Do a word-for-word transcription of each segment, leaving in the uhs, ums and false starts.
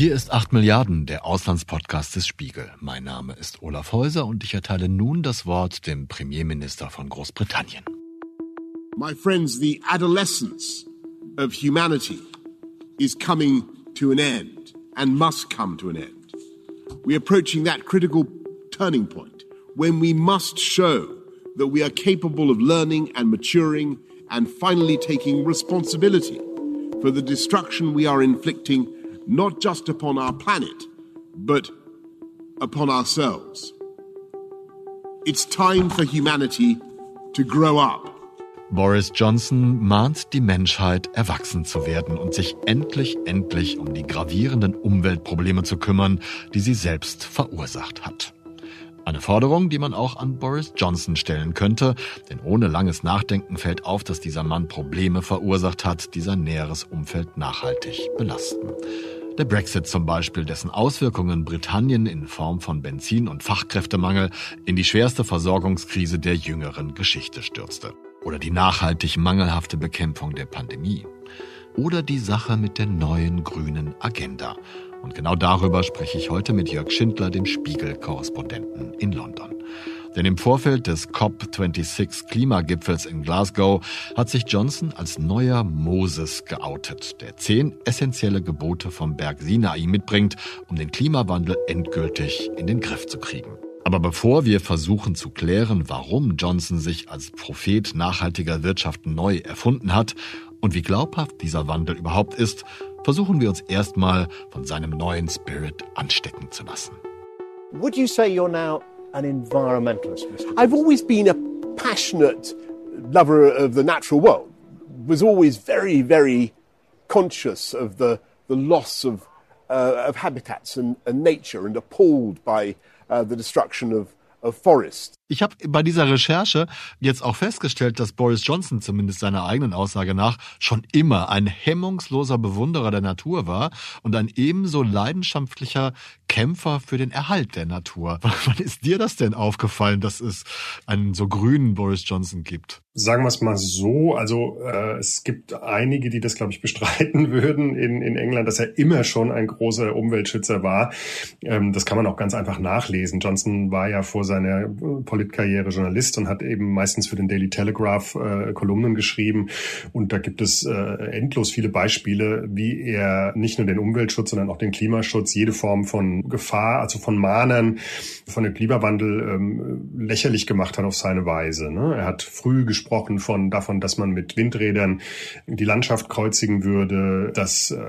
Hier ist acht Milliarden, der Auslandspodcast des Spiegel. Mein Name ist Olaf Häuser und ich erteile nun das Wort dem Premierminister von Großbritannien. My friends, the adolescence of humanity is coming to an end and must come to an end. We're approaching that critical turning point when we must show that we are capable of learning and maturing and finally taking responsibility for the destruction we are inflicting not just upon our planet, but upon ourselves. It's time for humanity to grow up. Boris Johnson mahnt die Menschheit, erwachsen zu werden und sich endlich, endlich um die gravierenden Umweltprobleme zu kümmern, die sie selbst verursacht hat. Eine Forderung, die man auch an Boris Johnson stellen könnte, denn ohne langes Nachdenken fällt auf, dass dieser Mann Probleme verursacht hat, die sein näheres Umfeld nachhaltig belasten. Der Brexit zum Beispiel, dessen Auswirkungen Britannien in Form von Benzin- und Fachkräftemangel in die schwerste Versorgungskrise der jüngeren Geschichte stürzte. Oder die nachhaltig mangelhafte Bekämpfung der Pandemie. Oder die Sache mit der neuen grünen Agenda. Und genau darüber spreche ich heute mit Jörg Schindler, dem Spiegel-Korrespondenten in London. Denn im Vorfeld des C O P sechsundzwanzig Klimagipfels in Glasgow hat sich Johnson als neuer Moses geoutet, der zehn essentielle Gebote vom Berg Sinai mitbringt, um den Klimawandel endgültig in den Griff zu kriegen. Aber bevor wir versuchen zu klären, warum Johnson sich als Prophet nachhaltiger Wirtschaft neu erfunden hat und wie glaubhaft dieser Wandel überhaupt ist, versuchen wir uns erstmal von seinem neuen Spirit anstecken zu lassen. Would you say you're now an environmentalist, Mister I've always been a passionate lover of the natural world. Was always very, very conscious of the the loss of uh, of habitats and, and nature and appalled by uh, the destruction of of forests. Ich habe bei dieser Recherche jetzt auch festgestellt, dass Boris Johnson zumindest seiner eigenen Aussage nach schon immer ein hemmungsloser Bewunderer der Natur war und ein ebenso leidenschaftlicher Kämpfer für den Erhalt der Natur. Wann ist dir das denn aufgefallen, dass es einen so grünen Boris Johnson gibt? Sagen wir es mal so, also äh, es gibt einige, die das, glaube ich, bestreiten würden in, in England, dass er immer schon ein großer Umweltschützer war. Ähm, das kann man auch ganz einfach nachlesen. Johnson war ja vor seiner Politkarriere Journalist und hat eben meistens für den Daily Telegraph äh, Kolumnen geschrieben. Und da gibt es äh, endlos viele Beispiele, wie er nicht nur den Umweltschutz, sondern auch den Klimaschutz, jede Form von Gefahr, also von Mahnern, von dem Klimawandel ähm, lächerlich gemacht hat auf seine Weise. Ne? Er hat früh gesprochen von davon, dass man mit Windrädern die Landschaft kreuzigen würde, dass äh,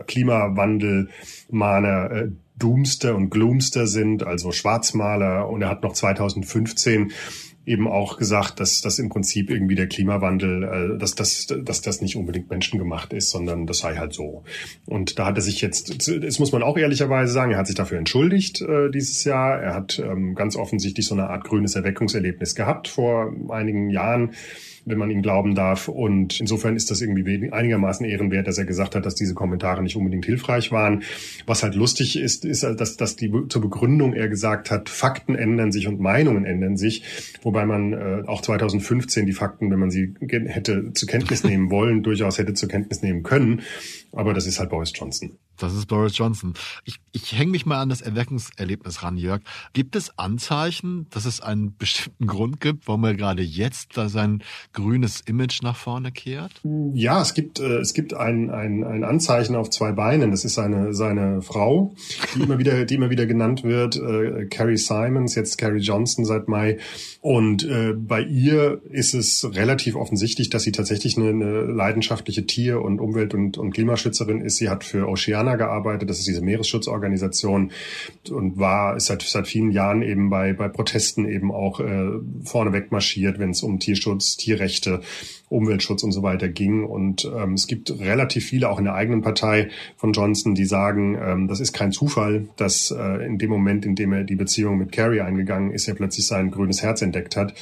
Klimawandelmahner äh, Doomster und Gloomster sind, also Schwarzmaler. Und er hat noch zweitausendfünfzehn eben auch gesagt, dass das im Prinzip irgendwie der Klimawandel, äh, dass, dass, dass das nicht unbedingt menschengemacht ist, sondern das sei halt so. Und da hat er sich jetzt, das muss man auch ehrlicherweise sagen, er hat sich dafür entschuldigt äh, dieses Jahr. Er hat ähm, ganz offensichtlich so eine Art grünes Erweckungserlebnis gehabt vor einigen Jahren, wenn man ihm glauben darf. Und insofern ist das irgendwie einigermaßen ehrenwert, dass er gesagt hat, dass diese Kommentare nicht unbedingt hilfreich waren. Was halt lustig ist, ist, dass, dass die zur Begründung er gesagt hat, Fakten ändern sich und Meinungen ändern sich. Wobei man äh, auch zweitausendfünfzehn die Fakten, wenn man sie hätte zur Kenntnis nehmen wollen, durchaus hätte zur Kenntnis nehmen können. Aber das ist halt Boris Johnson. Das ist Boris Johnson. Ich, ich hänge mich mal an das Erweckungserlebnis ran, Jörg. Gibt es Anzeichen, dass es einen bestimmten Grund gibt, warum er gerade jetzt da sein grünes Image nach vorne kehrt? Ja, es gibt äh, es gibt ein, ein ein Anzeichen auf zwei Beinen. Das ist seine seine Frau, die immer wieder die immer wieder genannt wird, äh, Carrie Simons, jetzt Carrie Johnson seit Mai. Und äh, bei ihr ist es relativ offensichtlich, dass sie tatsächlich eine, eine leidenschaftliche Tier- und Umwelt- und, und Klimaschützerin ist. Sie hat für Oceana gearbeitet, das ist diese Meeresschutzorganisation, und war ist seit seit vielen Jahren eben bei bei Protesten eben auch äh, vorneweg marschiert, wenn es um Tierschutz, Tierrechte, Umweltschutz und so weiter ging. Und ähm, es gibt relativ viele, auch in der eigenen Partei von Johnson, die sagen, ähm, das ist kein Zufall, dass äh, in dem Moment, in dem er die Beziehung mit Carrie eingegangen ist, er plötzlich sein grünes Herz entdeckt hat.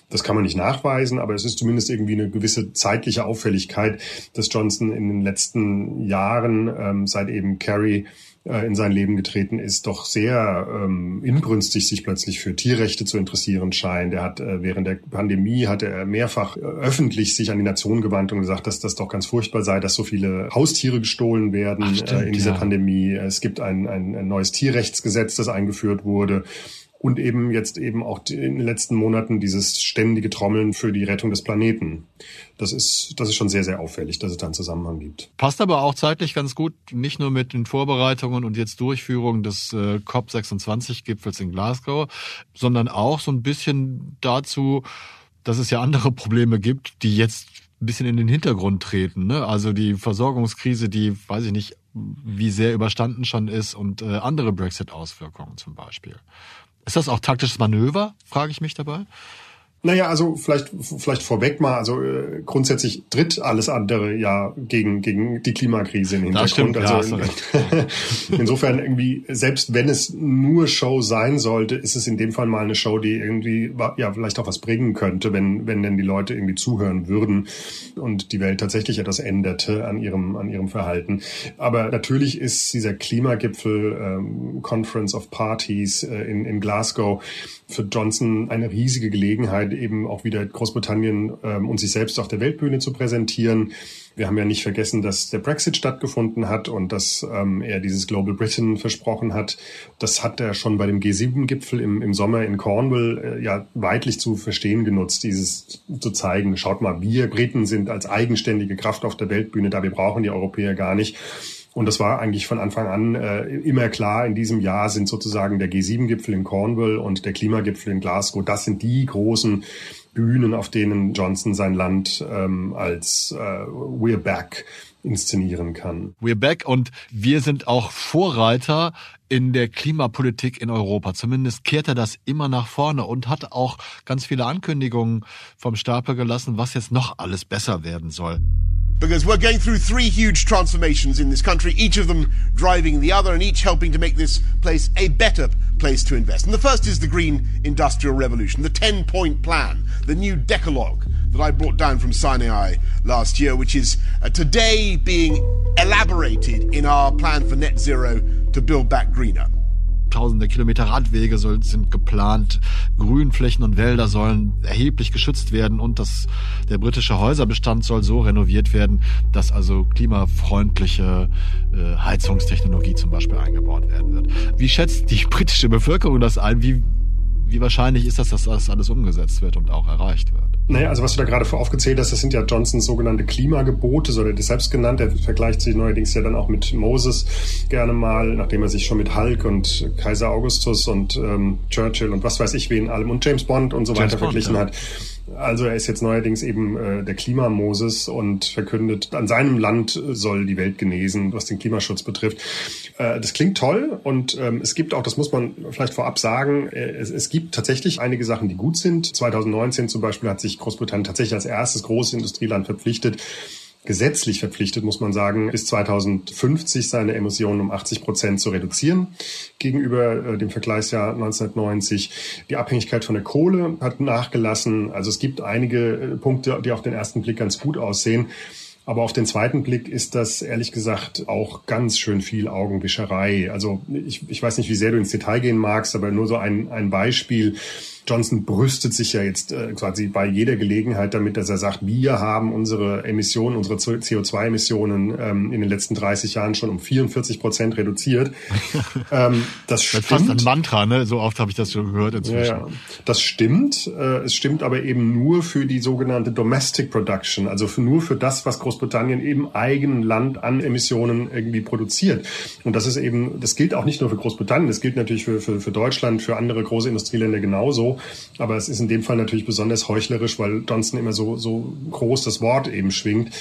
Das kann man nicht nachweisen, aber es ist zumindest irgendwie eine gewisse zeitliche Auffälligkeit, dass Johnson in den letzten Jahren, ähm, seit eben Kerry in sein Leben getreten ist, doch sehr ähm, inbrünstig sich plötzlich für Tierrechte zu interessieren scheint. Er hat äh, während der Pandemie hatte er mehrfach äh, öffentlich sich an die Nation gewandt und gesagt, dass das doch ganz furchtbar sei, dass so viele Haustiere gestohlen werden. Ach, stimmt, äh, in dieser ja. Pandemie. Es gibt ein, ein, ein neues Tierrechtsgesetz, das eingeführt wurde. Und eben jetzt eben auch in den letzten Monaten dieses ständige Trommeln für die Rettung des Planeten. Das ist, das ist schon sehr, sehr auffällig, dass es da einen Zusammenhang gibt. Passt aber auch zeitlich ganz gut, nicht nur mit den Vorbereitungen und jetzt Durchführung des äh, C O P sechsundzwanzig-Gipfels in Glasgow, sondern auch so ein bisschen dazu, dass es ja andere Probleme gibt, die jetzt ein bisschen in den Hintergrund treten, ne? Also die Versorgungskrise, die, weiß ich nicht, wie sehr überstanden schon ist und äh, andere Brexit-Auswirkungen zum Beispiel. Ist das auch taktisches Manöver, frage ich mich dabei? Naja, also vielleicht vielleicht vorweg mal, also äh, grundsätzlich tritt alles andere ja gegen gegen die Klimakrise in den Hintergrund. Das stimmt, also ja, in, insofern irgendwie, selbst wenn es nur Show sein sollte, ist es in dem Fall mal eine Show, die irgendwie ja vielleicht auch was bringen könnte, wenn wenn denn die Leute irgendwie zuhören würden und die Welt tatsächlich etwas änderte an ihrem an ihrem Verhalten. Aber natürlich ist dieser Klimagipfel, ähm, Conference of Parties äh, in in Glasgow für Johnson eine riesige Gelegenheit, eben auch wieder Großbritannien ähm, und sich selbst auf der Weltbühne zu präsentieren. Wir haben ja nicht vergessen, dass der Brexit stattgefunden hat und dass ähm, er dieses Global Britain versprochen hat. Das hat er schon bei dem G sieben Gipfel im, im Sommer in Cornwall äh, ja weitlich zu verstehen genutzt, dieses zu zeigen, schaut mal, wir Briten sind als eigenständige Kraft auf der Weltbühne da, wir brauchen die Europäer gar nicht. Und das war eigentlich von Anfang an äh, immer klar, in diesem Jahr sind sozusagen der G sieben Gipfel in Cornwall und der Klimagipfel in Glasgow, das sind die großen Bühnen, auf denen Johnson sein Land ähm, als äh, We're Back inszenieren kann. We're Back und wir sind auch Vorreiter in der Klimapolitik in Europa. Zumindest kehrt er das immer nach vorne und hat auch ganz viele Ankündigungen vom Stapel gelassen, was jetzt noch alles besser werden soll. Because we're going through three huge transformations in this country, each of them driving the other and each helping to make this place a better place to invest. And the first is the Green Industrial Revolution, the ten-point plan, the new decalogue that I brought down from Sinai last year, which is uh, today being elaborated in our plan for net zero to build back greener. Tausende Kilometer Radwege soll, sind geplant, Grünflächen und Wälder sollen erheblich geschützt werden und das, der britische Häuserbestand soll so renoviert werden, dass also klimafreundliche äh, Heizungstechnologie zum Beispiel eingebaut werden wird. Wie schätzt die britische Bevölkerung das ein? Wie, wie wahrscheinlich ist das, dass das alles umgesetzt wird und auch erreicht wird? Naja, also was du da gerade aufgezählt hast, das sind ja Johnsons sogenannte Klimagebote, so hat er das selbst genannt. Er vergleicht sich neuerdings ja dann auch mit Moses gerne mal, nachdem er sich schon mit Hulk und Kaiser Augustus und ähm, Churchill und was weiß ich wen allem und James Bond und so James weiter Bond, verglichen ja. hat. Also er ist jetzt neuerdings eben äh, der Klimamoses und verkündet, an seinem Land soll die Welt genesen, was den Klimaschutz betrifft. Äh, das klingt toll und ähm, es gibt auch, das muss man vielleicht vorab sagen, äh, es, es gibt tatsächlich einige Sachen, die gut sind. zwanzig neunzehn zum Beispiel hat sich Großbritannien tatsächlich als erstes großes Industrieland verpflichtet, gesetzlich verpflichtet, muss man sagen, bis zweitausendfünfzig seine Emissionen um achtzig Prozent zu reduzieren gegenüber äh, dem Vergleichsjahr neunzehnhundertneunzig. Die Abhängigkeit von der Kohle hat nachgelassen. Also es gibt einige äh, Punkte, die auf den ersten Blick ganz gut aussehen. Aber auf den zweiten Blick ist das ehrlich gesagt auch ganz schön viel Augenwischerei. Also ich, ich weiß nicht, wie sehr du ins Detail gehen magst, aber nur so ein, ein Beispiel. Johnson brüstet sich ja jetzt äh, quasi bei jeder Gelegenheit damit, dass er sagt, wir haben unsere Emissionen, unsere C O zwei Emissionen ähm, in den letzten dreißig Jahren schon um vierundvierzig Prozent reduziert. ähm, das stimmt. Das ist fast ein Mantra, ne? So oft habe ich das schon gehört inzwischen. Ja, ja. Das stimmt. Äh, es stimmt aber eben nur für die sogenannte Domestic Production, also für, nur für das, was Großbritannien im eigenen Land an Emissionen irgendwie produziert. Und das ist eben, das gilt auch nicht nur für Großbritannien, das gilt natürlich für, für, für Deutschland, für andere große Industrieländer genauso. Aber es ist in dem Fall natürlich besonders heuchlerisch, weil Johnson immer so, so groß das Wort eben schwingt.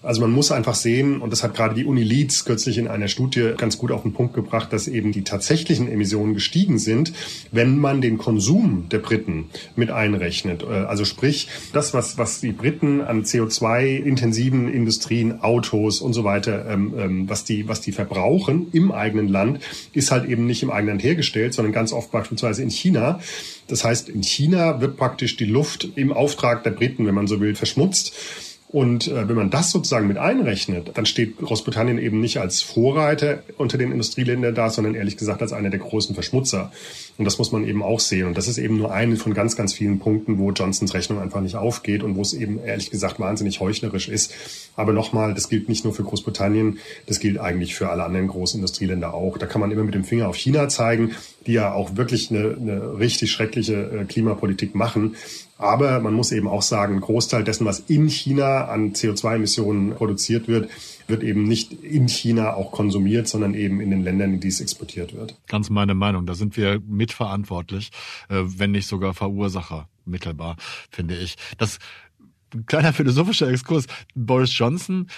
Also man muss einfach sehen, und das hat gerade die Uni Leeds kürzlich in einer Studie ganz gut auf den Punkt gebracht, dass eben die tatsächlichen Emissionen gestiegen sind, wenn man den Konsum der Briten mit einrechnet. Also sprich, das, was, was die Briten an C O zwei intensiven Industrien, Autos und so weiter, ähm, was die, was die verbrauchen im eigenen Land, ist halt eben nicht im eigenen Land hergestellt, sondern ganz oft beispielsweise in China. Das heißt, in China wird praktisch die Luft im Auftrag der Briten, wenn man so will, verschmutzt. Und äh, wenn man das sozusagen mit einrechnet, dann steht Großbritannien eben nicht als Vorreiter unter den Industrieländern da, sondern ehrlich gesagt als einer der großen Verschmutzer. Und das muss man eben auch sehen. Und das ist eben nur eine von ganz, ganz vielen Punkten, wo Johnsons Rechnung einfach nicht aufgeht und wo es eben ehrlich gesagt wahnsinnig heuchlerisch ist. Aber nochmal, das gilt nicht nur für Großbritannien, das gilt eigentlich für alle anderen großen Industrieländer auch. Da kann man immer mit dem Finger auf China zeigen, die ja auch wirklich eine, eine richtig schreckliche äh, Klimapolitik machen. Aber man muss eben auch sagen, ein Großteil dessen, was in China an C O zwei Emissionen produziert wird, wird eben nicht in China auch konsumiert, sondern eben in den Ländern, in die es exportiert wird. Ganz meine Meinung. Da sind wir mitverantwortlich, wenn nicht sogar Verursacher, mittelbar, finde ich. Das kleiner philosophischer Exkurs. Boris Johnson,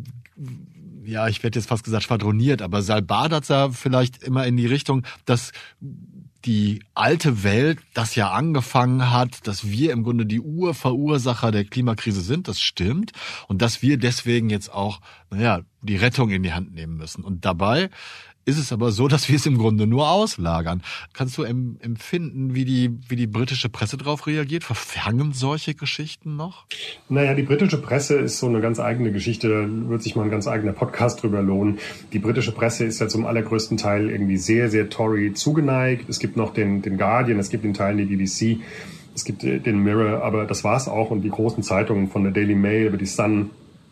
ja, ich werde jetzt fast gesagt schwadroniert, aber salbadert da vielleicht immer in die Richtung, dass die alte Welt das ja angefangen hat, dass wir im Grunde die Urverursacher der Klimakrise sind, das stimmt, und dass wir deswegen jetzt auch, naja, die Rettung in die Hand nehmen müssen. Und dabei ist es aber so, dass wir es im Grunde nur auslagern. Kannst du empfinden, wie die, wie die britische Presse darauf reagiert? Verfangen solche Geschichten noch? Naja, die britische Presse ist so eine ganz eigene Geschichte. Da wird sich mal ein ganz eigener Podcast drüber lohnen. Die britische Presse ist ja zum allergrößten Teil irgendwie sehr, sehr Tory zugeneigt. Es gibt noch den, den Guardian, es gibt in Teilen die B B C, es gibt den Mirror, aber das war's auch. Und die großen Zeitungen von der Daily Mail über die Sun,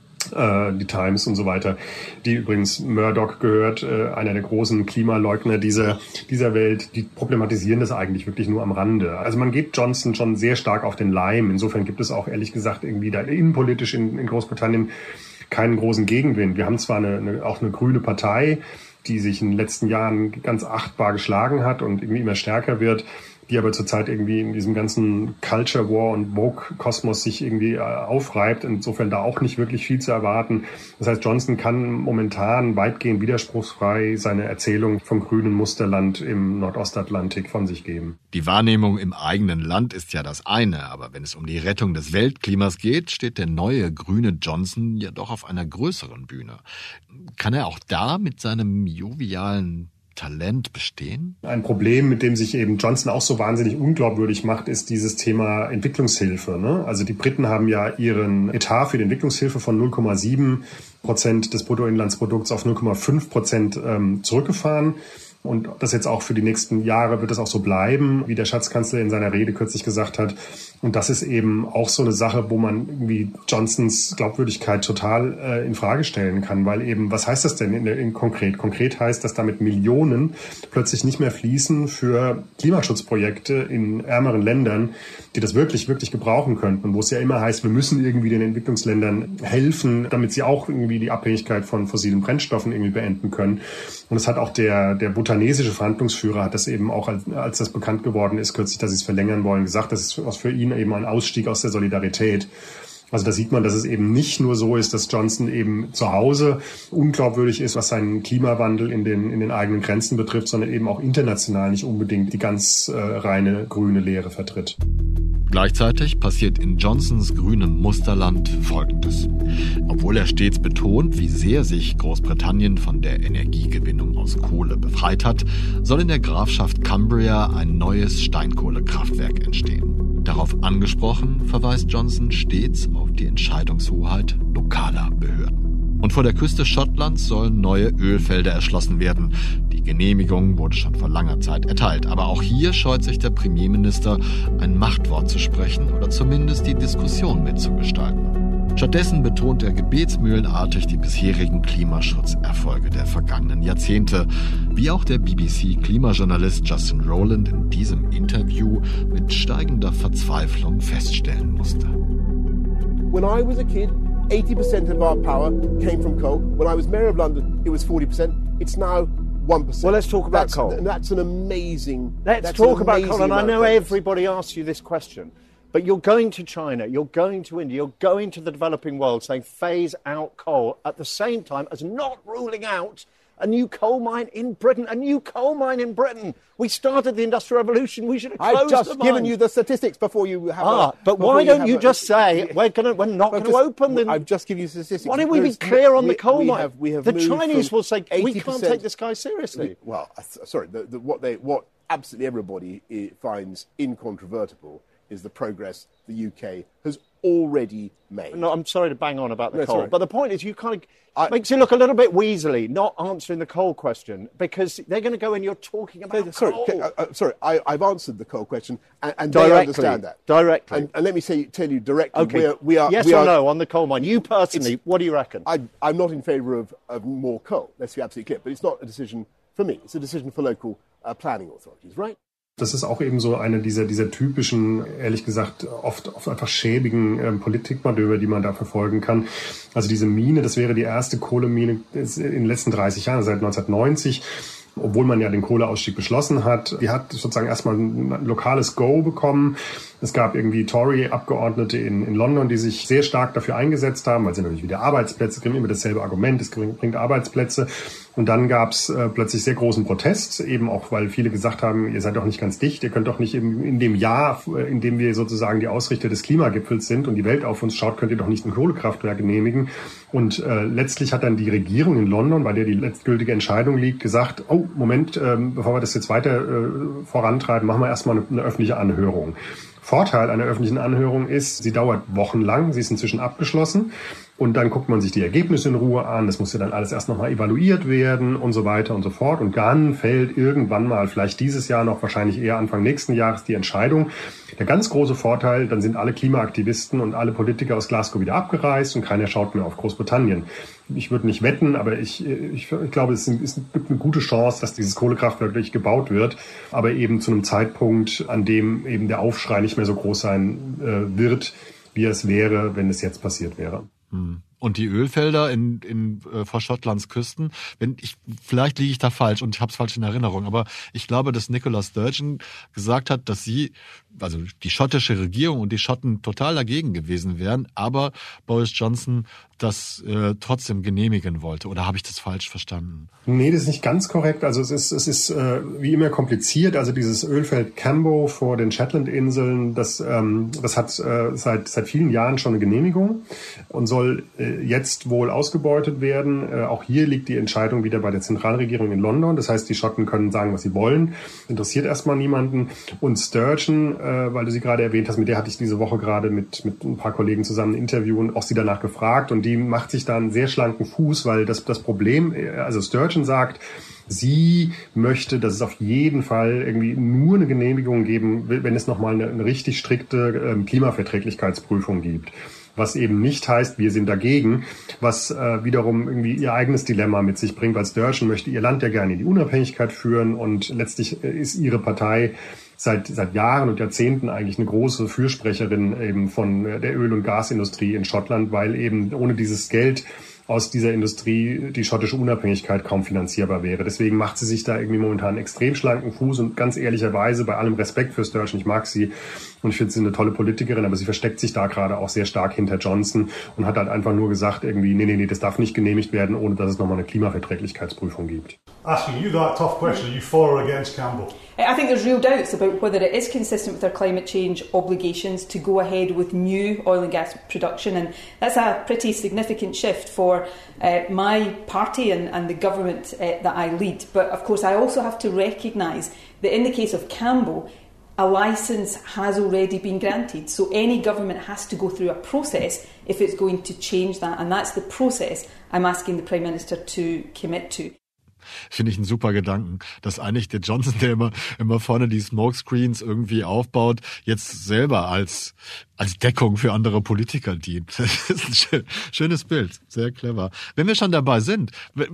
die Times und so weiter, die übrigens Murdoch gehört, einer der großen Klimaleugner dieser, dieser Welt, die problematisieren das eigentlich wirklich nur am Rande. Also man geht Johnson schon sehr stark auf den Leim. Insofern gibt es auch ehrlich gesagt irgendwie da innenpolitisch in, in Großbritannien keinen großen Gegenwind. Wir haben zwar eine, eine, auch eine grüne Partei, die sich in den letzten Jahren ganz achtbar geschlagen hat und irgendwie immer stärker wird, die aber zurzeit irgendwie in diesem ganzen Culture War und Woke-Kosmos sich irgendwie äh, aufreibt. Insofern da auch nicht wirklich viel zu erwarten. Das heißt, Johnson kann momentan weitgehend widerspruchsfrei seine Erzählung vom grünen Musterland im Nordostatlantik von sich geben. Die Wahrnehmung im eigenen Land ist ja das eine, aber wenn es um die Rettung des Weltklimas geht, steht der neue grüne Johnson ja doch auf einer größeren Bühne. Kann er auch da mit seinem jovialen Talent bestehen? Ein Problem, mit dem sich eben Johnson auch so wahnsinnig unglaubwürdig macht, ist dieses Thema Entwicklungshilfe. Ne? Also die Briten haben ja ihren Etat für die Entwicklungshilfe von null Komma sieben Prozent des Bruttoinlandsprodukts auf null Komma fünf Prozent ähm, zurückgefahren. Und das jetzt auch für die nächsten Jahre wird das auch so bleiben, wie der Schatzkanzler in seiner Rede kürzlich gesagt hat. Und das ist eben auch so eine Sache, wo man irgendwie Johnsons Glaubwürdigkeit total äh, in Frage stellen kann. Weil eben, was heißt das denn in, in konkret? Konkret heißt, dass damit Millionen plötzlich nicht mehr fließen für Klimaschutzprojekte in ärmeren Ländern, die das wirklich, wirklich gebrauchen könnten. Und wo es ja immer heißt, wir müssen irgendwie den Entwicklungsländern helfen, damit sie auch irgendwie die Abhängigkeit von fossilen Brennstoffen irgendwie beenden können. Und es hat auch der, der bhutanesische Verhandlungsführer hat das eben auch, als, als das bekannt geworden ist, kürzlich, dass sie es verlängern wollen, gesagt, das ist was für ihn eben ein Ausstieg aus der Solidarität. Also da sieht man, dass es eben nicht nur so ist, dass Johnson eben zu Hause unglaubwürdig ist, was seinen Klimawandel in den, in den eigenen Grenzen betrifft, sondern eben auch international nicht unbedingt die ganz äh, reine grüne Lehre vertritt. Gleichzeitig passiert in Johnsons grünem Musterland Folgendes. Obwohl er stets betont, wie sehr sich Großbritannien von der Energiegewinnung aus Kohle befreit hat, soll in der Grafschaft Cumbria ein neues Steinkohlekraftwerk entstehen. Darauf angesprochen, verweist Johnson stets auf die Entscheidungshoheit lokaler Behörden. Und vor der Küste Schottlands sollen neue Ölfelder erschlossen werden. Die Genehmigung wurde schon vor langer Zeit erteilt. Aber auch hier scheut sich der Premierminister, ein Machtwort zu sprechen oder zumindest die Diskussion mitzugestalten. Stattdessen betont er gebetsmühlenartig die bisherigen Klimaschutzerfolge der vergangenen Jahrzehnte, wie auch der B B C-Klimajournalist Justin Rowland in diesem Interview mit steigender Verzweiflung feststellen musste. When I was a kid, eighty percent of our power came from coal. When I was mayor of London, it was forty percent. It's now one percent. Well, let's talk about that's, coal. That's an amazing... Let's that's talk an about amazing coal, and I know amount. everybody asks you this question. But you're going to China, you're going to India, you're going to the developing world saying phase out coal at the same time as not ruling out a new coal mine in Britain, a new coal mine in Britain. We started the Industrial Revolution. We should have closed I've just the mine. given you the statistics before you have. Ah, a, but why you don't have you a, just say we're going we're not going to open the? I've just given you statistics. Why don't we There's, be clear on we, the coal we mine? Have, we have the moved Chinese from will say we eighty percent can't take this guy seriously. We, well, sorry, the, the, what they what absolutely everybody finds incontrovertible is the progress the U K has already made. No, I'm sorry to bang on about the no, coal, sorry. but the point is you kind of I, makes you look a little bit weaselly, not answering the coal question, because they're going to go and you're talking about no, sorry, coal. uh, uh, sorry, I, I've answered the coal question, and, and directly, they understand that directly. And, and let me say, tell you directly, okay. we're, we are. Yes we or are, no on the coal mine? You personally, what do you reckon? I, I'm not in favour of, of more coal. Let's be absolutely clear, but it's not a decision for me. It's a decision for local uh, planning authorities, right? Das ist auch eben so eine dieser, dieser typischen, ehrlich gesagt, oft, oft einfach schäbigen ähm, Politikmanöver, die man da verfolgen kann. Also diese Mine, das wäre die erste Kohlemine in den letzten dreißig Jahren, seit neunzehnhundertneunzig. Obwohl man ja den Kohleausstieg beschlossen hat. Die hat sozusagen erstmal ein lokales Go bekommen. Es gab irgendwie Tory-Abgeordnete in, in London, die sich sehr stark dafür eingesetzt haben, weil sie natürlich wieder Arbeitsplätze kriegen, immer dasselbe Argument, es bringt Arbeitsplätze. Und dann gab es äh, plötzlich sehr großen Protest, eben auch, weil viele gesagt haben, ihr seid doch nicht ganz dicht, ihr könnt doch nicht im, in dem Jahr, in dem wir sozusagen die Ausrichter des Klimagipfels sind und die Welt auf uns schaut, könnt ihr doch nicht ein Kohlekraftwerk genehmigen. Und äh, letztlich hat dann die Regierung in London, bei der die letztgültige Entscheidung liegt, gesagt, oh, Moment, ähm, bevor wir das jetzt weiter äh, vorantreiben, machen wir erstmal eine, eine öffentliche Anhörung. Vorteil einer öffentlichen Anhörung ist, sie dauert wochenlang, sie ist inzwischen abgeschlossen und dann guckt man sich die Ergebnisse in Ruhe an, das muss ja dann alles erst nochmal evaluiert werden und so weiter und so fort und dann fällt irgendwann mal, vielleicht dieses Jahr noch, wahrscheinlich eher Anfang nächsten Jahres die Entscheidung. Der ganz große Vorteil, dann sind alle Klimaaktivisten und alle Politiker aus Glasgow wieder abgereist und keiner schaut mehr auf Großbritannien. Ich würde nicht wetten, aber ich, ich, ich glaube, es, es gibt eine gute Chance, dass dieses Kohlekraftwerk wirklich gebaut wird, aber eben zu einem Zeitpunkt, an dem eben der Aufschrei nicht mehr so groß sein äh, wird, wie es wäre, wenn es jetzt passiert wäre. Hm. Und die Ölfelder in, in äh, vor Schottlands Küsten, wenn ich vielleicht liege ich da falsch und ich habe es falsch in Erinnerung, aber ich glaube, dass Nicola Sturgeon gesagt hat, dass sie, also die schottische Regierung und die Schotten total dagegen gewesen wären, aber Boris Johnson das äh, trotzdem genehmigen wollte. Oder habe ich das falsch verstanden? Nee, das ist nicht ganz korrekt. Also es ist, es ist äh, wie immer kompliziert. Also dieses Ölfeld Cambo vor den Shetland-Inseln, das, ähm, das hat äh, seit, seit vielen Jahren schon eine Genehmigung und soll äh, jetzt wohl ausgebeutet werden. Äh, auch hier liegt die Entscheidung wieder bei der Zentralregierung in London. Das heißt, die Schotten können sagen, was sie wollen. Interessiert erstmal niemanden. Und Sturgeon, äh, weil du sie gerade erwähnt hast, mit der hatte ich diese Woche gerade mit, mit ein paar Kollegen zusammen ein Interview und auch sie danach gefragt. Und die macht sich da einen sehr schlanken Fuß, weil das, das Problem, also Sturgeon sagt, sie möchte, dass es auf jeden Fall irgendwie nur eine Genehmigung geben, wenn es nochmal eine, eine richtig strikte ähm, Klimaverträglichkeitsprüfung gibt. Was eben nicht heißt, wir sind dagegen, was äh, wiederum irgendwie ihr eigenes Dilemma mit sich bringt, weil Sturgeon möchte ihr Land ja gerne in die Unabhängigkeit führen und letztlich äh, ist ihre Partei seit seit Jahren und Jahrzehnten eigentlich eine große Fürsprecherin eben von der Öl- und Gasindustrie in Schottland, weil eben ohne dieses Geld aus dieser Industrie die schottische Unabhängigkeit kaum finanzierbar wäre. Deswegen macht sie sich da irgendwie momentan einen extrem schlanken Fuß und ganz ehrlicherweise, bei allem Respekt für Sturgeon, ich mag sie und ich finde sie eine tolle Politikerin, aber sie versteckt sich da gerade auch sehr stark hinter Johnson und hat halt einfach nur gesagt, irgendwie, nee, nee, nee, das darf nicht genehmigt werden, ohne dass es nochmal eine Klimaverträglichkeitsprüfung gibt. Asking you that tough question, are you for or against Campbell? I think there's real doubts about whether it is consistent with our climate change obligations to go ahead with new oil and gas production, and that's a pretty significant shift for uh, my party and, and the government uh, that I lead. But of course I also have to recognise that in the case of Campbell, a licence has already been granted, so any government has to go through a process if it's going to change that, and that's the process I'm asking the Prime Minister to commit to. Finde ich einen super Gedanken, dass eigentlich der Johnson, der immer, immer vorne die Smokescreens irgendwie aufbaut, jetzt selber als, als Deckung für andere Politiker dient. Das ist ein schön, schönes Bild, sehr clever. Wenn wir schon dabei sind,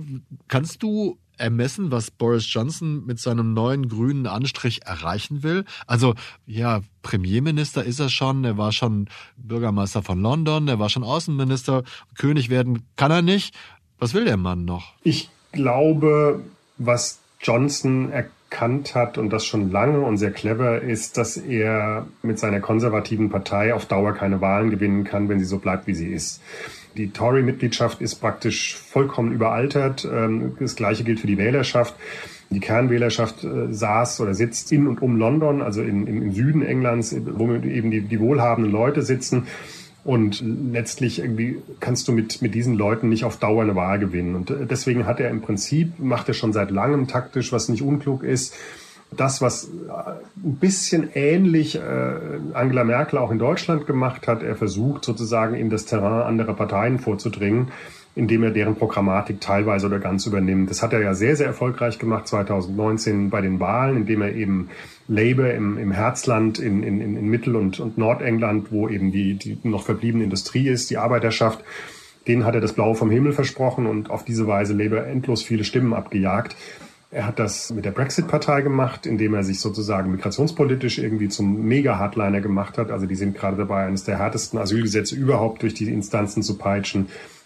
kannst du ermessen, was Boris Johnson mit seinem neuen grünen Anstrich erreichen will? Also, ja, Premierminister ist er schon, er war schon Bürgermeister von London, er war schon Außenminister, König werden kann er nicht. Was will der Mann noch? Ich glaube, was Johnson erkannt hat und das schon lange und sehr clever ist, dass er mit seiner konservativen Partei auf Dauer keine Wahlen gewinnen kann, wenn sie so bleibt, wie sie ist. Die Tory-Mitgliedschaft ist praktisch vollkommen überaltert. Das Gleiche gilt für die Wählerschaft. Die Kernwählerschaft äh, saß oder sitzt in und um London, also in, im, im Süden Englands, wo eben die, die wohlhabenden Leute sitzen. Und letztlich irgendwie kannst du mit, mit diesen Leuten nicht auf Dauer eine Wahl gewinnen. Und deswegen hat er im Prinzip, macht er schon seit langem taktisch, was nicht unklug ist, das, was ein bisschen ähnlich äh, Angela Merkel auch in Deutschland gemacht hat. Er versucht sozusagen in das Terrain anderer Parteien vorzudringen, indem er deren Programmatik teilweise oder ganz übernimmt. Das hat er ja sehr, sehr erfolgreich gemacht zwanzig neunzehn bei den Wahlen, indem er eben Labour im, im Herzland in, in, in Mittel- und, und Nordengland, wo eben die, die noch verbliebene Industrie ist, die Arbeiterschaft, denen hat er das Blaue vom Himmel versprochen und auf diese Weise Labour endlos viele Stimmen abgejagt. Er hat das mit der Brexit-Partei gemacht, indem er sich sozusagen migrationspolitisch irgendwie zum Mega-Hardliner gemacht hat. Also die sind gerade dabei, eines der härtesten Asylgesetze überhaupt durch die Instanzen zu peitschen.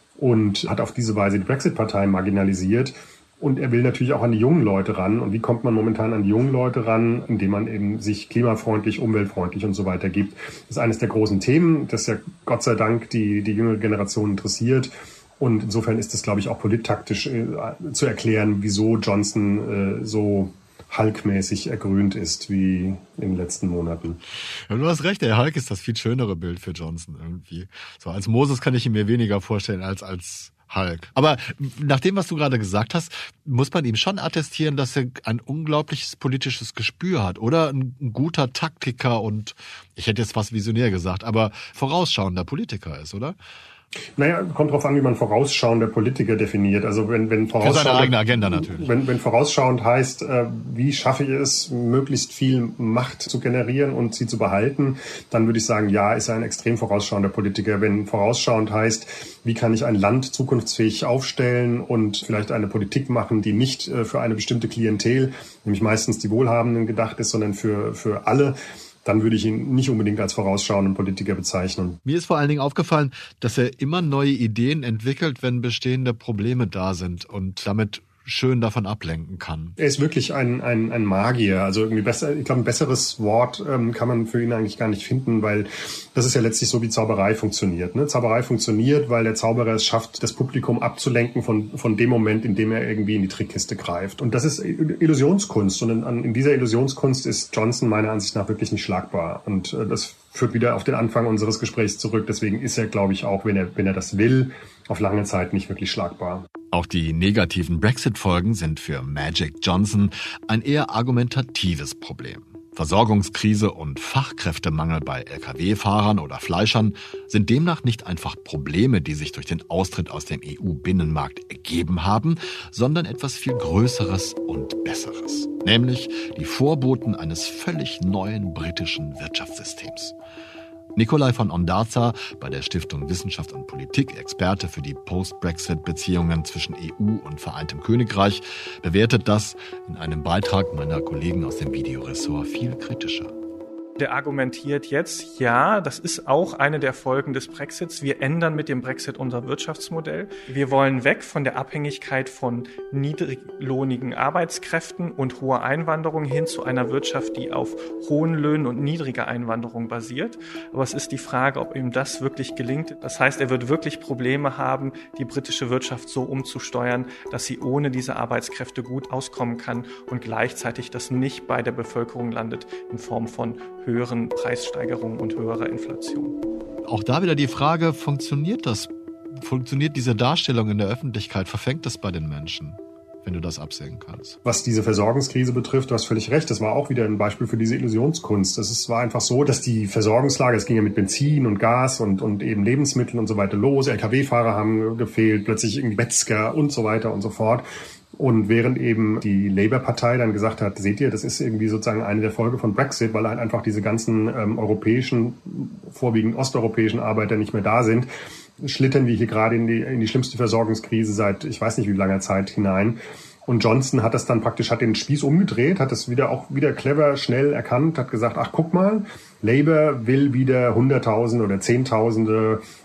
Und hat auf diese Weise die Brexit-Partei marginalisiert. Und er will natürlich auch an die jungen Leute ran. Und wie kommt man momentan an die jungen Leute ran? Indem man eben sich klimafreundlich, umweltfreundlich und so weiter gibt. Das ist eines der großen Themen, das ja Gott sei Dank die, die jüngere Generation interessiert. Und insofern ist es, glaube ich, auch polittaktisch äh, zu erklären, wieso Johnson äh, so Hulk-mäßig ergrünt ist wie in den letzten Monaten. Ja, du hast recht, der Hulk ist das viel schönere Bild für Johnson irgendwie. So als Moses kann ich ihn mir weniger vorstellen als als Hulk. Aber nach dem, was du gerade gesagt hast, muss man ihm schon attestieren, dass er ein unglaubliches politisches Gespür hat, oder? Ein, ein guter Taktiker und, ich hätte jetzt fast visionär gesagt, aber vorausschauender Politiker ist, oder? Naja, kommt drauf an, wie man vorausschauender Politiker definiert. Also wenn, wenn vorausschauend, für seine eigene Agenda natürlich. Wenn, wenn vorausschauend heißt, äh, wie schaffe ich es, möglichst viel Macht zu generieren und sie zu behalten, dann würde ich sagen, ja, ist er ein extrem vorausschauender Politiker. Wenn vorausschauend heißt, wie kann ich ein Land zukunftsfähig aufstellen und vielleicht eine Politik machen, die nicht äh, für eine bestimmte Klientel, nämlich meistens die Wohlhabenden gedacht ist, sondern für, für alle, dann würde ich ihn nicht unbedingt als vorausschauenden Politiker bezeichnen. Mir ist vor allen Dingen aufgefallen, dass er immer neue Ideen entwickelt, wenn bestehende Probleme da sind und damit schön davon ablenken kann. Er ist wirklich ein, ein, ein Magier. Also irgendwie besser, ich glaube, ein besseres Wort ähm, kann man für ihn eigentlich gar nicht finden, weil das ist ja letztlich so, wie Zauberei funktioniert. Ne? Zauberei funktioniert, weil der Zauberer es schafft, das Publikum abzulenken von, von dem Moment, in dem er irgendwie in die Trickkiste greift. Und das ist Illusionskunst. Und in, in dieser Illusionskunst ist Johnson meiner Ansicht nach wirklich nicht schlagbar. Und äh, das führt wieder auf den Anfang unseres Gesprächs zurück. Deswegen ist er, glaube ich, auch, wenn er, wenn er das will, auf lange Zeit nicht wirklich schlagbar. Auch die negativen Brexit-Folgen sind für Magic Johnson ein eher argumentatives Problem. Versorgungskrise und Fachkräftemangel bei L K W-Fahrern oder Fleischern sind demnach nicht einfach Probleme, die sich durch den Austritt aus dem E U-Binnenmarkt ergeben haben, sondern etwas viel Größeres und Besseres. Nämlich die Vorboten eines völlig neuen britischen Wirtschaftssystems. Nikolai von Ondarza, bei der Stiftung Wissenschaft und Politik Experte für die Post-Brexit-Beziehungen zwischen E U und Vereintem Königreich, bewertet das in einem Beitrag meiner Kollegen aus dem Videoressort viel kritischer. Der argumentiert jetzt, ja, das ist auch eine der Folgen des Brexits. Wir ändern mit dem Brexit unser Wirtschaftsmodell. Wir wollen weg von der Abhängigkeit von niedriglohnigen Arbeitskräften und hoher Einwanderung hin zu einer Wirtschaft, die auf hohen Löhnen und niedriger Einwanderung basiert. Aber es ist die Frage, ob ihm das wirklich gelingt. Das heißt, er wird wirklich Probleme haben, die britische Wirtschaft so umzusteuern, dass sie ohne diese Arbeitskräfte gut auskommen kann und gleichzeitig das nicht bei der Bevölkerung landet in Form von höheren Preissteigerungen und höherer Inflation. Auch da wieder die Frage, funktioniert das? Funktioniert diese Darstellung in der Öffentlichkeit? Verfängt das bei den Menschen, wenn du das absehen kannst? Was diese Versorgungskrise betrifft, du hast völlig recht, das war auch wieder ein Beispiel für diese Illusionskunst. Es war einfach so, dass die Versorgungslage, es ging ja mit Benzin und Gas und, und eben Lebensmitteln und so weiter los, L K W-Fahrer haben gefehlt, plötzlich irgendwie Metzger und so weiter und so fort. Und während eben die Labour-Partei dann gesagt hat, seht ihr, das ist irgendwie sozusagen eine der Folgen von Brexit, weil halt einfach diese ganzen ähm, europäischen, vorwiegend osteuropäischen Arbeiter nicht mehr da sind, schlittern wir hier gerade in die, in die schlimmste Versorgungskrise seit, ich weiß nicht wie langer Zeit hinein. Und Johnson hat das dann praktisch, hat den Spieß umgedreht, hat das wieder auch wieder clever, schnell erkannt, hat gesagt, ach guck mal, Labour will wieder Hunderttausende oder Zehntausende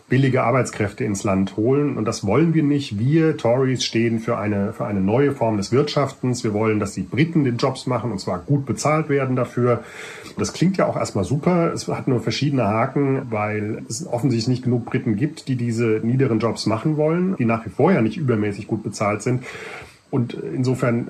billige Arbeitskräfte ins Land holen. Und das wollen wir nicht. Wir Tories stehen für eine, für eine neue Form des Wirtschaftens. Wir wollen, dass die Briten den Jobs machen und zwar gut bezahlt werden dafür. Das klingt ja auch erstmal super. Es hat nur verschiedene Haken, weil es offensichtlich nicht genug Briten gibt, die diese niederen Jobs machen wollen, die nach wie vor ja nicht übermäßig gut bezahlt sind. Und insofern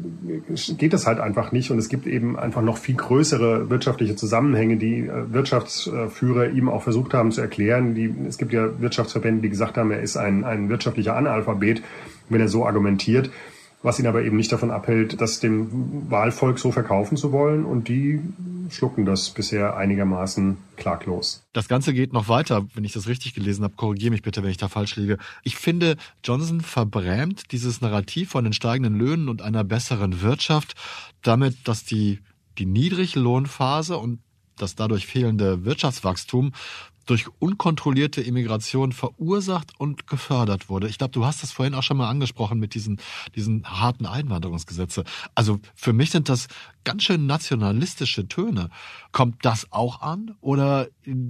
geht das halt einfach nicht. Und es gibt eben einfach noch viel größere wirtschaftliche Zusammenhänge, die Wirtschaftsführer ihm auch versucht haben zu erklären. Die, es gibt ja Wirtschaftsverbände, die gesagt haben, er ist ein, ein wirtschaftlicher Analphabet, wenn er so argumentiert. Was ihn aber eben nicht davon abhält, das dem Wahlvolk so verkaufen zu wollen. Und die schlucken das bisher einigermaßen klaglos. Das Ganze geht noch weiter, wenn ich das richtig gelesen habe. Korrigiere mich bitte, wenn ich da falsch liege. Ich finde, Johnson verbrämt dieses Narrativ von den steigenden Löhnen und einer besseren Wirtschaft damit, dass die, die Niedriglohnphase und das dadurch fehlende Wirtschaftswachstum durch unkontrollierte Immigration verursacht und gefördert wurde. Ich glaube, du hast das vorhin auch schon mal angesprochen mit diesen, diesen harten Einwanderungsgesetze. Also für mich sind das ganz schön nationalistische Töne. Kommt das auch an oder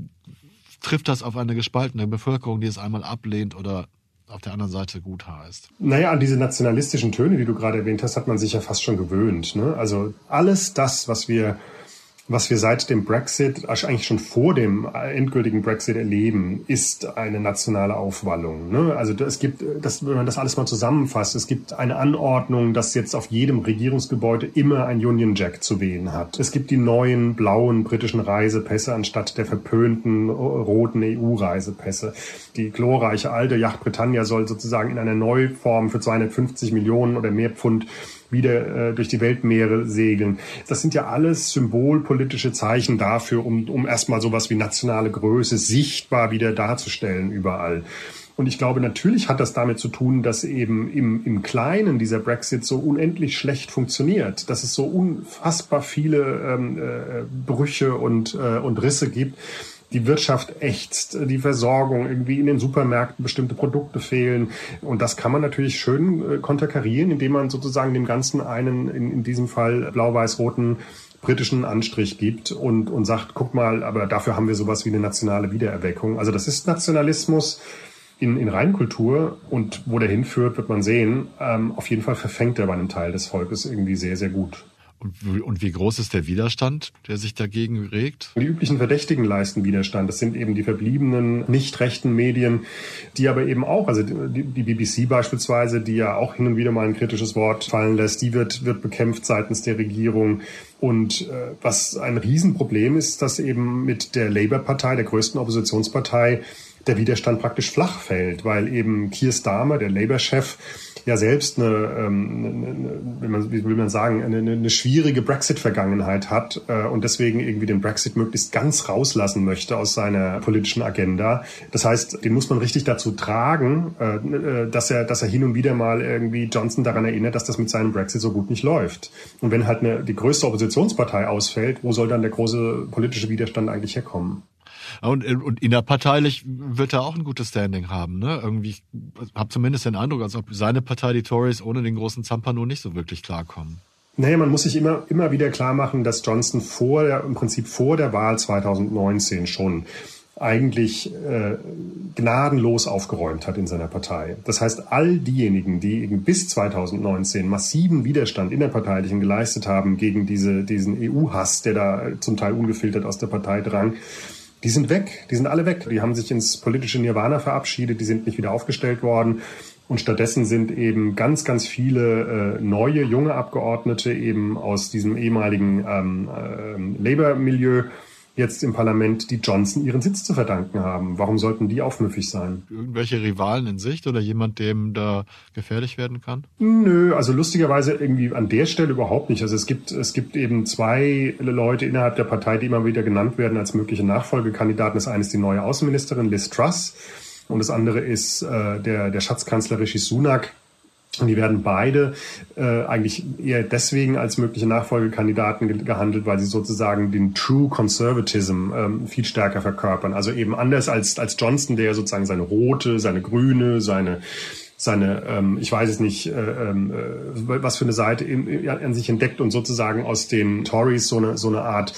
trifft das auf eine gespaltene Bevölkerung, die es einmal ablehnt oder auf der anderen Seite gut heißt? Naja, an diese nationalistischen Töne, die du gerade erwähnt hast, hat man sich ja fast schon gewöhnt, ne? Also alles das, was wir Was wir seit dem Brexit, eigentlich schon vor dem endgültigen Brexit erleben, ist eine nationale Aufwallung. Ne? Also es gibt, das, wenn man das alles mal zusammenfasst, es gibt eine Anordnung, dass jetzt auf jedem Regierungsgebäude immer ein Union Jack zu wehen hat. Es gibt die neuen blauen britischen Reisepässe anstatt der verpönten roten E U-Reisepässe. Die glorreiche alte Yacht Britannia soll sozusagen in einer Neuform für zweihundertfünfzig Millionen oder mehr Pfund wieder äh, durch die Weltmeere segeln. Das sind ja alles symbolpolitische Zeichen dafür, um, um erstmal sowas wie nationale Größe sichtbar wieder darzustellen überall. Und ich glaube, natürlich hat das damit zu tun, dass eben im, im Kleinen dieser Brexit so unendlich schlecht funktioniert, dass es so unfassbar viele ähm, äh, Brüche und, äh, und Risse gibt. Die Wirtschaft ächzt, die Versorgung, irgendwie in den Supermärkten bestimmte Produkte fehlen. Und das kann man natürlich schön äh, konterkarieren, indem man sozusagen dem Ganzen einen, in, in diesem Fall blau-weiß-roten britischen Anstrich gibt und, und sagt, guck mal, aber dafür haben wir sowas wie eine nationale Wiedererweckung. Also das ist Nationalismus in, in Reinkultur und wo der hinführt, wird man sehen. Ähm, auf jeden Fall verfängt er bei einem Teil des Volkes irgendwie sehr, sehr gut. Und wie groß ist der Widerstand, der sich dagegen regt? Die üblichen Verdächtigen leisten Widerstand. Das sind eben die verbliebenen, nicht rechten Medien, die aber eben auch, also die, die B B C beispielsweise, die ja auch hin und wieder mal ein kritisches Wort fallen lässt, die wird, wird bekämpft seitens der Regierung. Und äh, was ein Riesenproblem ist, dass eben mit der Labour-Partei, der größten Oppositionspartei, der Widerstand praktisch flach fällt, weil eben Keir Starmer, der Labour-Chef, ja selbst eine, ähm, eine, eine wie will man sagen, eine, eine schwierige Brexit-Vergangenheit hat äh, und deswegen irgendwie den Brexit möglichst ganz rauslassen möchte aus seiner politischen Agenda. Das heißt, den muss man richtig dazu tragen, äh, dass er, dass er hin und wieder mal irgendwie Johnson daran erinnert, dass das mit seinem Brexit so gut nicht läuft. Und wenn halt eine, die größte Oppositionspartei ausfällt, wo soll dann der große politische Widerstand eigentlich herkommen? Und, und innerparteilich wird er auch ein gutes Standing haben, ne? Irgendwie, ich habe zumindest den Eindruck, als ob seine Partei, die Tories, ohne den großen Zampano nicht so wirklich klarkommen. Naja, man muss sich immer, immer wieder klar machen, dass Johnson vor der, im Prinzip vor der Wahl zwanzig neunzehn schon eigentlich äh, gnadenlos aufgeräumt hat in seiner Partei. Das heißt, all diejenigen, die eben bis zwanzig neunzehn massiven Widerstand innerparteilichen geleistet haben gegen diese, diesen E U-Hass, der da zum Teil ungefiltert aus der Partei drang, die sind weg, die sind alle weg. Die haben sich ins politische Nirvana verabschiedet, die sind nicht wieder aufgestellt worden. Und stattdessen sind eben ganz, ganz viele äh, neue, junge Abgeordnete eben aus diesem ehemaligen ähm, äh, Labour-Milieu jetzt im Parlament, die Johnson ihren Sitz zu verdanken haben. Warum sollten die aufmüffig sein? Irgendwelche Rivalen in Sicht oder jemand, dem da gefährlich werden kann? Nö, also lustigerweise irgendwie an der Stelle überhaupt nicht. Also es gibt, es gibt eben zwei Leute innerhalb der Partei, die immer wieder genannt werden als mögliche Nachfolgekandidaten. Das eine ist die neue Außenministerin Liz Truss und das andere ist äh, der, der Schatzkanzler Rishi Sunak. Und die werden beide äh, eigentlich eher deswegen als mögliche Nachfolgekandidaten ge- gehandelt, weil sie sozusagen den True Conservatism ähm, viel stärker verkörpern. Also eben anders als als Johnson, der sozusagen seine rote, seine grüne, seine seine, ähm, ich weiß es nicht, äh, äh, was für eine Seite in, in, an sich entdeckt und sozusagen aus den Tories so eine so eine Art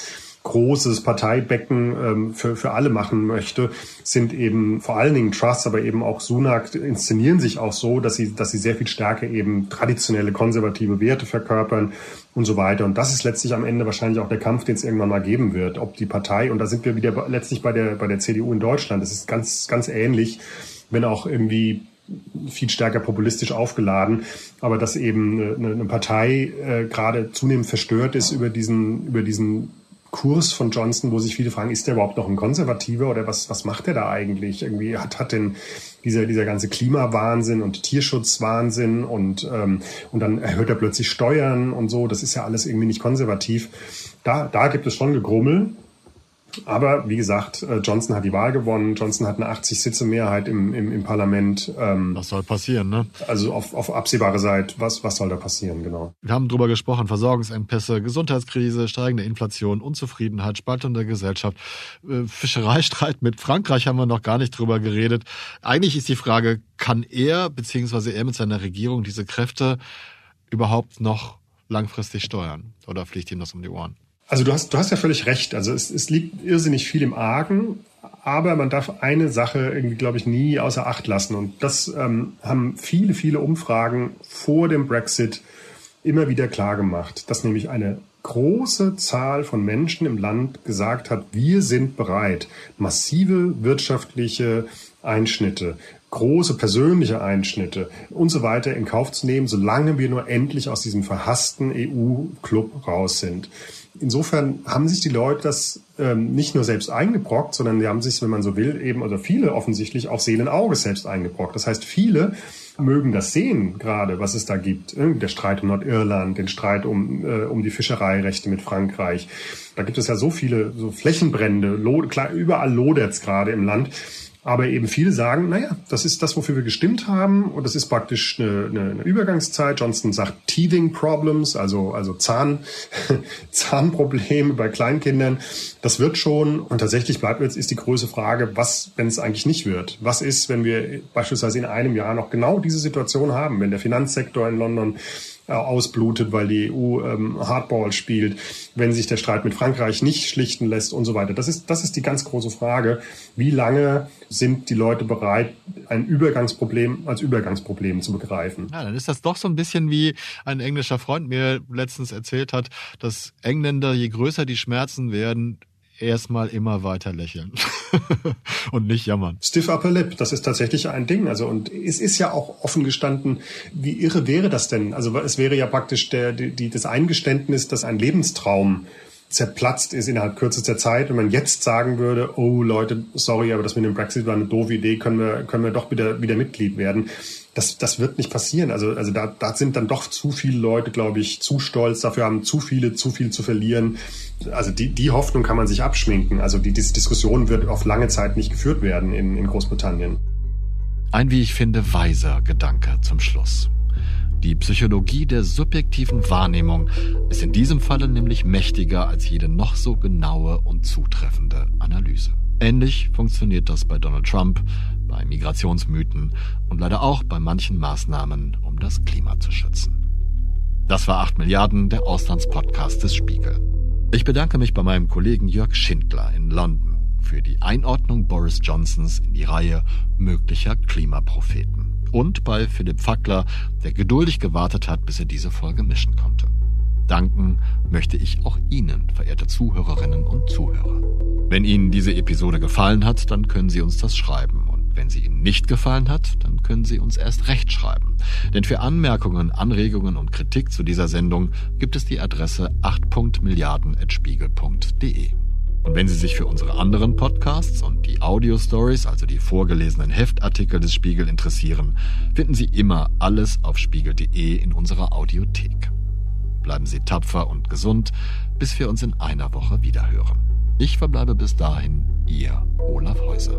großes Parteibecken ähm, für, für alle machen möchte, sind eben vor allen Dingen Truss, aber eben auch Sunak inszenieren sich auch so, dass sie, dass sie sehr viel stärker eben traditionelle konservative Werte verkörpern und so weiter. Und das ist letztlich am Ende wahrscheinlich auch der Kampf, den es irgendwann mal geben wird, ob die Partei, und da sind wir wieder letztlich bei der, bei der C D U in Deutschland, das ist ganz, ganz ähnlich, wenn auch irgendwie viel stärker populistisch aufgeladen, aber dass eben eine, eine Partei äh, gerade zunehmend verstört ist über diesen, über diesen Kurs von Johnson, wo sich viele fragen, ist der überhaupt noch ein Konservativer oder was, was macht der da eigentlich? Irgendwie hat, hat denn dieser, dieser ganze Klimawahnsinn und Tierschutzwahnsinn und, ähm, und dann erhöht er plötzlich Steuern und so, das ist ja alles irgendwie nicht konservativ. Da, da gibt es schon Gegrummel. Aber wie gesagt, Johnson hat die Wahl gewonnen. Johnson hat eine achtzig-Sitze-Mehrheit im, im, im Parlament. Ähm, was soll passieren, ne? Also auf, auf absehbare Zeit, was, was soll da passieren, genau. Wir haben drüber gesprochen, Versorgungsengpässe, Gesundheitskrise, steigende Inflation, Unzufriedenheit, Spaltung der Gesellschaft, äh, Fischereistreit mit Frankreich haben wir noch gar nicht drüber geredet. Eigentlich ist die Frage, kann er bzw. er mit seiner Regierung diese Kräfte überhaupt noch langfristig steuern? Oder fliegt ihm das um die Ohren? Also du hast, du hast ja völlig recht. Also es, es liegt irrsinnig viel im Argen, aber man darf eine Sache irgendwie, glaube ich, nie außer Acht lassen. Und das ähm, haben viele, viele Umfragen vor dem Brexit immer wieder klar gemacht, dass nämlich eine große Zahl von Menschen im Land gesagt hat, wir sind bereit, massive wirtschaftliche Einschnitte, große persönliche Einschnitte und so weiter in Kauf zu nehmen, solange wir nur endlich aus diesem verhassten E U-Club raus sind. Insofern haben sich die Leute das ähm, nicht nur selbst eingebrockt, sondern die haben sich, wenn man so will, eben, also viele offensichtlich auch Seelenauges selbst eingebrockt. Das heißt, viele mögen das sehen, gerade was es da gibt. Der Streit um Nordirland, den Streit um, äh, um die Fischereirechte mit Frankreich. Da gibt es ja so viele so Flächenbrände, lo- klar, überall lodert's gerade im Land. Aber eben viele sagen, naja, das ist das, wofür wir gestimmt haben. Und das ist praktisch eine, eine, eine Übergangszeit. Johnson sagt Teething Problems, also, also Zahn, Zahnprobleme bei Kleinkindern. Das wird schon. Und tatsächlich bleibt jetzt, ist die große Frage, was, wenn es eigentlich nicht wird? Was ist, wenn wir beispielsweise in einem Jahr noch genau diese Situation haben, wenn der Finanzsektor in London ausblutet, weil die E U ähm, Hardball spielt, wenn sich der Streit mit Frankreich nicht schlichten lässt und so weiter. Das ist, das ist die ganz große Frage. Wie lange sind die Leute bereit, ein Übergangsproblem als Übergangsproblem zu begreifen? Ja, dann ist das doch so ein bisschen wie ein englischer Freund mir letztens erzählt hat, dass Engländer, je größer die Schmerzen werden, erstmal immer weiter lächeln und nicht jammern. Stiff upper lip, das ist tatsächlich ein Ding. Also, und es ist ja auch offen gestanden, wie irre wäre das denn? Also es wäre ja praktisch der, die, das Eingeständnis, dass ein Lebenstraum zerplatzt ist innerhalb kürzester Zeit, wenn man jetzt sagen würde, oh Leute, sorry, aber das mit dem Brexit war eine doofe Idee, können wir, können wir doch wieder, wieder Mitglied werden. Das, das wird nicht passieren. Also, also da, da sind dann doch zu viele Leute, glaube ich, zu stolz. Dafür haben zu viele, zu viel zu verlieren. Also die, die Hoffnung kann man sich abschminken. Also die, die Diskussion wird auf lange Zeit nicht geführt werden in, in Großbritannien. Ein, wie ich finde, weiser Gedanke zum Schluss. Die Psychologie der subjektiven Wahrnehmung ist in diesem Falle nämlich mächtiger als jede noch so genaue und zutreffende Analyse. Ähnlich funktioniert das bei Donald Trump, bei Migrationsmythen und leider auch bei manchen Maßnahmen, um das Klima zu schützen. Das war acht Milliarden, der Auslandspodcast des Spiegel. Ich bedanke mich bei meinem Kollegen Jörg Schindler in London für die Einordnung Boris Johnsons in die Reihe möglicher Klimapropheten. Und bei Philipp Fackler, der geduldig gewartet hat, bis er diese Folge mischen konnte. Danken möchte ich auch Ihnen, verehrte Zuhörerinnen und Zuhörer. Wenn Ihnen diese Episode gefallen hat, dann können Sie uns das schreiben. Und wenn sie Ihnen nicht gefallen hat, dann können Sie uns erst recht schreiben. Denn für Anmerkungen, Anregungen und Kritik zu dieser Sendung gibt es die Adresse acht milliarden at spiegel punkt de. Und wenn Sie sich für unsere anderen Podcasts und die Audio-Stories, also die vorgelesenen Heftartikel des Spiegel interessieren, finden Sie immer alles auf spiegel punkt de in unserer Audiothek. Bleiben Sie tapfer und gesund, bis wir uns in einer Woche wiederhören. Ich verbleibe bis dahin, Ihr Olaf Häuser.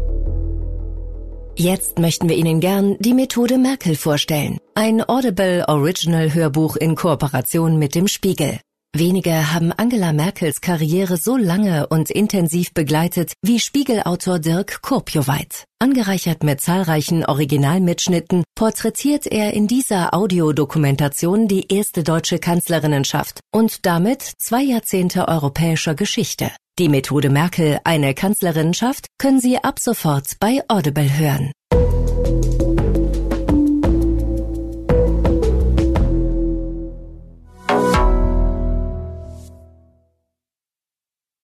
Jetzt möchten wir Ihnen gern die Methode Merkel vorstellen. Ein Audible Original Hörbuch in Kooperation mit dem Spiegel. Wenige haben Angela Merkels Karriere so lange und intensiv begleitet wie Spiegelautor Dirk Kurpjoweit. Angereichert mit zahlreichen Originalmitschnitten porträtiert er in dieser Audiodokumentation die erste deutsche Kanzlerinnenschaft und damit zwei Jahrzehnte europäischer Geschichte. Die Methode Merkel, eine Kanzlerin schafft, können Sie ab sofort bei Audible hören.